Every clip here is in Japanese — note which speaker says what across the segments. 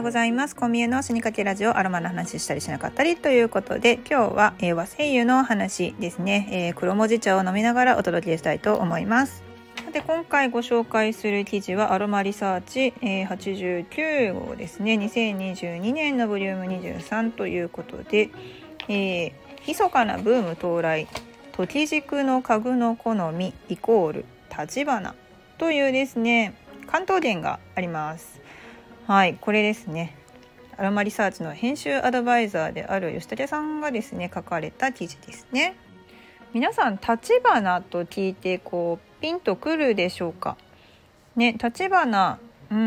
Speaker 1: ございます。コミエの死にかけラジオ、アロマの話したりしなかったりということで、今日は、和精油の話ですね、黒文字茶を飲みながらお届けしたいと思います。で、今回ご紹介する記事はアロマリサーチ、89号ですね。2022年のボリューム23ということで、密かなブーム到来、時軸の家具の好みイコール立花というですね、関東伝があります。はい、これですね。アロマリサーチの編集アドバイザーである吉武さんがですね書かれた記事ですね。皆さん立花と聞いてピンとくるでしょうかね。立花、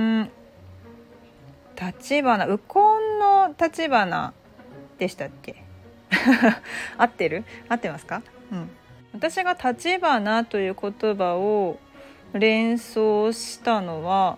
Speaker 1: 立花、ウコンの立花でしたっけ合ってますか？私が立花という言葉を連想したのは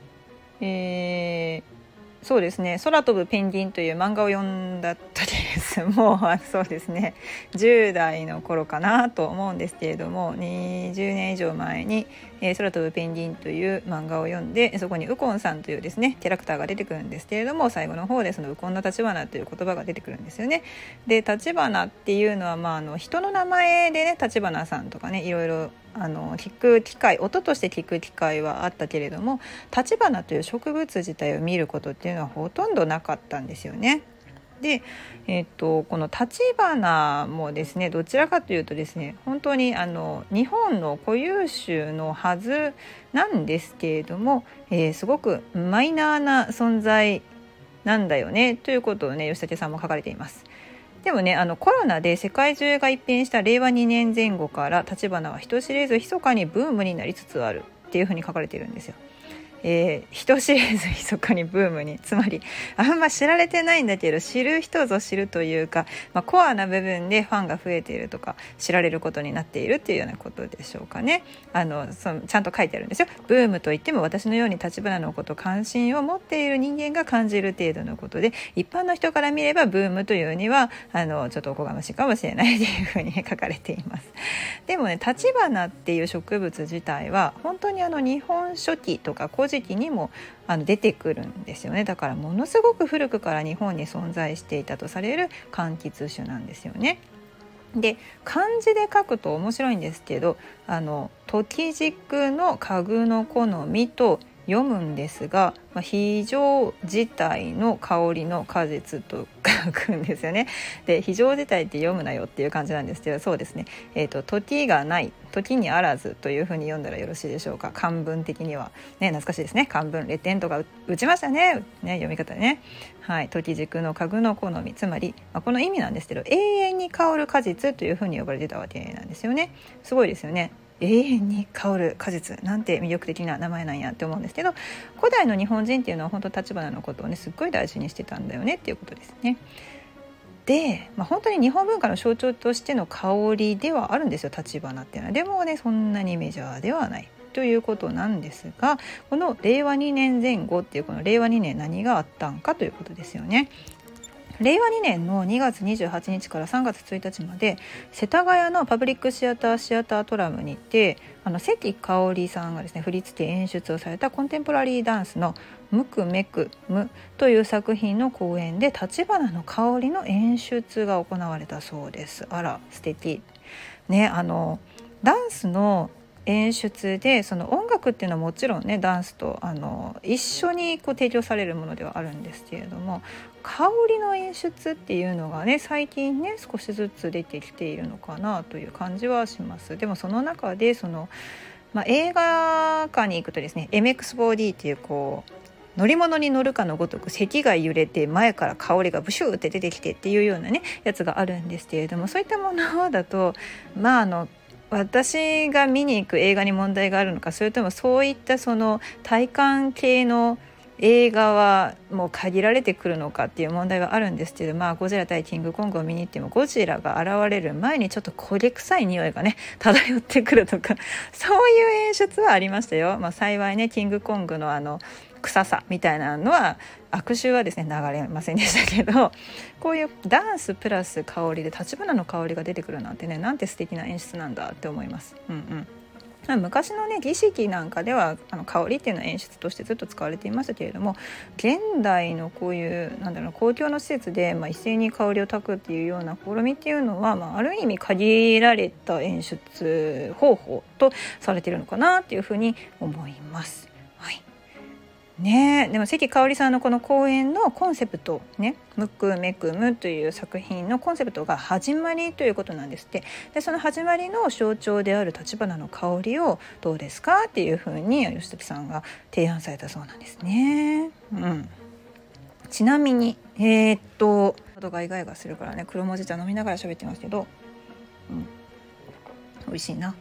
Speaker 1: そうですね、空飛ぶペンギンという漫画を読んだ時です。もうそうですね、10代の頃かなと思うんですけれども、20年以上前に、空飛ぶペンギンという漫画を読んで、そこにウコンさんというですねキャラクターが出てくるんですけれども、最後の方でそのウコンの立花という言葉が出てくるんですよね。で、立花っていうのは、人の名前でね、立花さんとかね、いろいろ聞く機会、音として聞く機会はあったけれども、立花という植物自体を見ることっていうのはほとんどなかったんですよね。で、この立花もですね、どちらかというとですね、本当に日本の固有種のはずなんですけれども、すごくマイナーな存在なんだよねということをね、吉武さんも書かれています。でもね、コロナで世界中が一変した令和2年前後から立花は人知れず密かにブームになりつつあるっていうふうに書かれているんですよ。人知れず密かにブームに、つまりあんま知られてないんだけど知る人ぞ知るというか、コアな部分でファンが増えているとか知られることになっているっていうようなことでしょうかね。ちゃんと書いてあるんですよ。ブームといっても私のように立花のこと関心を持っている人間が感じる程度のことで、一般の人から見ればブームというにはちょっとおこがましいかもしれないというふうに書かれています。でもね、立花っていう植物自体は本当に日本書紀とか古事記にも出てくるんですよね。だからものすごく古くから日本に存在していたとされる柑橘種なんですよね。で、漢字で書くと面白いんですけど、時軸の家具の好みと読むんですが、非常自体の香りの果実と書くんですよね。で、非常自体って読むなよっていう感じなんですけど、そうですね、時がない、時にあらずというふうに読んだらよろしいでしょうか。漢文的にはね、懐かしいですね。漢文レ点とか打ちましたね、読み方でね。はい、時軸の家具の好み、つまり、この意味なんですけど、永遠に香る果実というふうに呼ばれてたわけなんですよね。すごいですよね。永遠に香る果実なんて魅力的な名前なんやって思うんですけど、古代の日本人っていうのは本当立花のことをねすっごい大事にしてたんだよねっていうことですね。で、本当に日本文化の象徴としての香りではあるんですよ、立花っていうのは。でもね、そんなにメジャーではないということなんですが、この令和2年前後っていうこの令和2年何があったんかということですよね。令和2年の2月28日から3月1日まで世田谷のパブリックシアタートラムにて、関香織さんがですね振り付け演出をされたコンテンポラリーダンスのムクメクムという作品の公演で立花の香りの演出が行われたそうです。あら素敵ね。ダンスの演出で、その音楽っていうのはもちろんねダンスと一緒に提供されるものではあるんですけれども、香りの演出っていうのがね最近ね少しずつ出てきているのかなという感じはします。でもその中で映画館に行くとですね MX4D っていう乗り物に乗るかのごとく席が揺れて前から香りがブシューって出てきてっていうようなねやつがあるんですけれども、そういったものだと私が見に行く映画に問題があるのか、それともそういった体感系の映画はもう限られてくるのかっていう問題はあるんですけど、ゴジラ対キングコングを見に行ってもゴジラが現れる前にちょっと焦げ臭い匂いがね漂ってくるとかそういう演出はありましたよ。幸いねキングコングの臭さみたいなのは悪臭はですね流れませんでしたけど、こういうダンスプラス香りで立花の香りが出てくるなんてね、なんて素敵な演出なんだって思います。 昔のね儀式なんかでは香りっていうのは演出としてずっと使われていましたけれども、現代のこういう公共の施設で、一斉に香りを焚くっていうような試みっていうのは、ある意味限られた演出方法とされているのかなっていうふうに思います。はいね、でも関香織さんのこの公演のコンセプトね、むくめくむという作品のコンセプトが始まりということなんですって。でその始まりの象徴である立花の香りをどうですかっていうふうに吉時さんが提案されたそうなんですね。ちなみに喉がイガイガするからね、黒文字茶飲みながら喋ってますけど、美味しいな。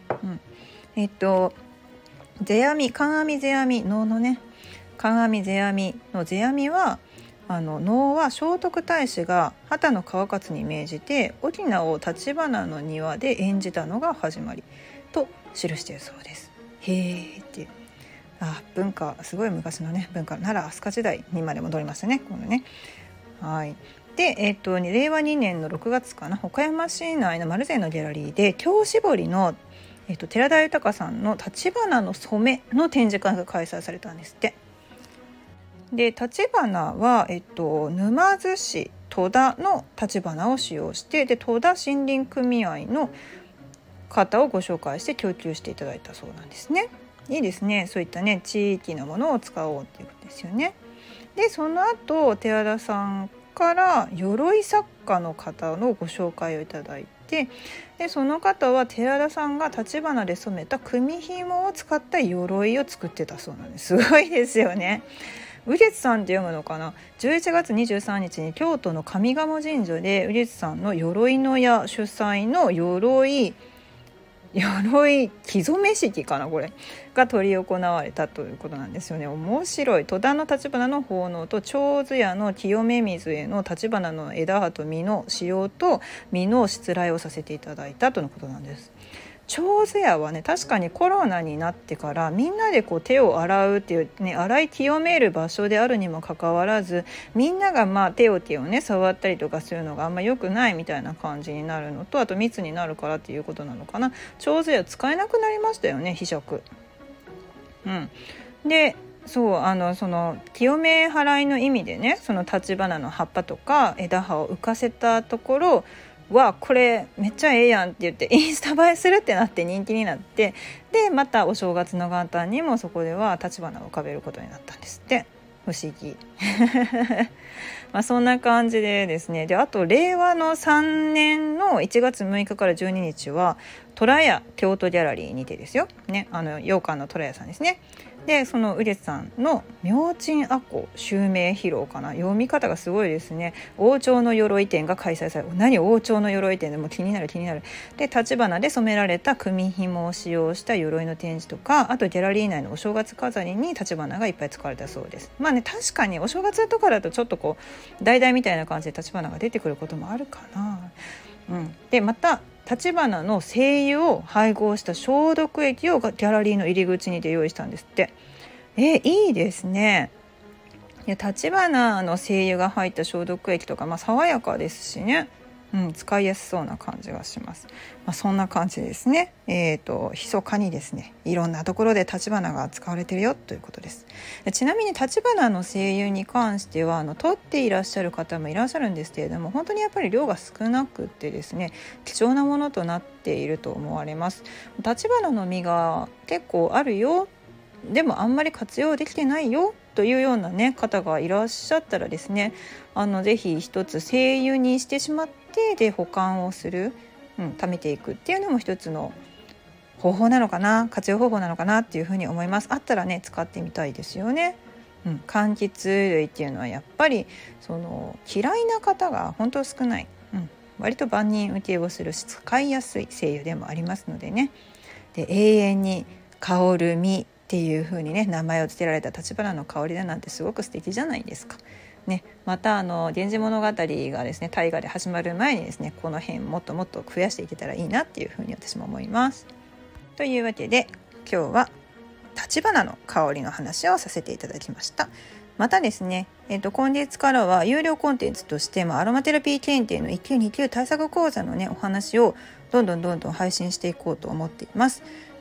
Speaker 1: 世阿弥観阿弥世阿弥能のね、観阿弥世阿弥の世阿弥は能は聖徳太子が畑の川勝に命じて翁を橘の庭で演じたのが始まりと記しているそうです。へーって文化、すごい昔のね文化、奈良飛鳥時代にまで戻りましたね、このね。はいで令和2年の6月かな、岡山市内の丸善のギャラリーで京絞りの寺田豊さんの橘の染めの展示会が開催されたんですって。で橘は、沼津市戸田の橘を使用して、で戸田森林組合の方をご紹介して供給していただいたそうなんですね。いいですね、そういったね地域のものを使おうっていうことですよね。でその後寺田さんから鎧作家の方のご紹介をいただいて、でその方は寺田さんが橘で染めた組紐を使った鎧を作ってたそうなんです。すごいですよね。宇月さんって読むのかな。11月23日に京都の上賀茂神社で宇月さんの鎧の矢主催の鎧木染め式かな、これが執り行われたということなんですよね。面白い。戸田の橘の奉納と長津屋の清め水への橘の枝葉と実の使用と実のしつらいをさせていただいたとのことなんです。長津屋はね、確かにコロナになってからみんなでこう手を洗うっていうね、洗い清める場所であるにもかかわらず、みんなが手をね触ったりとかするのがあんま良くないみたいな感じになるのと、あと密になるからっていうことなのかな。長津屋使えなくなりましたよね、被食。でそうその清め払いの意味でね、その橘の葉っぱとか枝葉を浮かせたところこれめっちゃええやんって言ってインスタ映えするってなって人気になって、でまたお正月の元旦にもそこでは橘を浮かべることになったんですって。不思議そんな感じでですね。であと令和の3年の1月6日から12日は虎屋京都ギャラリーにてですよ、ね、羊羹の虎屋さんですね。でその宇月さんの明珍赤穂襲名披露かな、読み方がすごいですね。王朝の鎧展が開催される。何王朝の鎧展でも気になる。で橘で染められた組紐を使用した鎧の展示とか、あとギャラリー内のお正月飾りに橘がいっぱい使われたそうです。確かにお正月とかだとちょっとこう橙みたいな感じで橘が出てくることもあるかな。でまた橘の精油を配合した消毒液をギャラリーの入り口にて用意したんですって。いいですね。橘の精油が入った消毒液とか、爽やかですしね、使いやすそうな感じがします。そんな感じですね。密かにですね、いろんなところで橘が使われてるよということです。ちなみに橘の精油に関しては取っていらっしゃる方もいらっしゃるんですけれども、本当にやっぱり量が少なくってですね、貴重なものとなっていると思われます。橘の実が結構あるよ、でもあんまり活用できてないよというようなね方がいらっしゃったらですね、ぜひ一つ精油にしてしまってで保管をする、貯めていくっていうのも一つの方法なのかな、活用方法なのかなっていうふうに思います。あったらね使ってみたいですよね。柑橘類っていうのはやっぱり嫌いな方が本当少ない、割と万人受けをする使いやすい精油でもありますのでね。で永遠に香る実っていう風にね名前を付けられた橘の香りだなんてすごく素敵じゃないですかね。また源氏物語がですね大河で始まる前にですね、この辺もっともっと増やしていけたらいいなっていう風に私も思います。というわけで今日は橘の香りの話をさせていただきました。またですね、今月からは有料コンテンツとしてアロマテラピー検定の1級2級対策講座のねお話をどんどん配信していこうと思っています。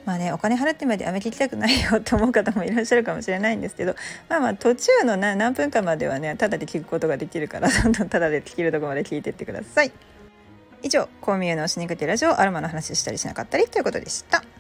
Speaker 1: まあね、お金払ってまでやめていきたくないよと思う方もいらっしゃるかもしれないんですけど、途中の何分間まではねタダで聞くことができるから、どんどんタダで聞けるところまで聞いてってください。以上、コウミユの死にくてラジオ、アロマの話したりしなかったりということでした。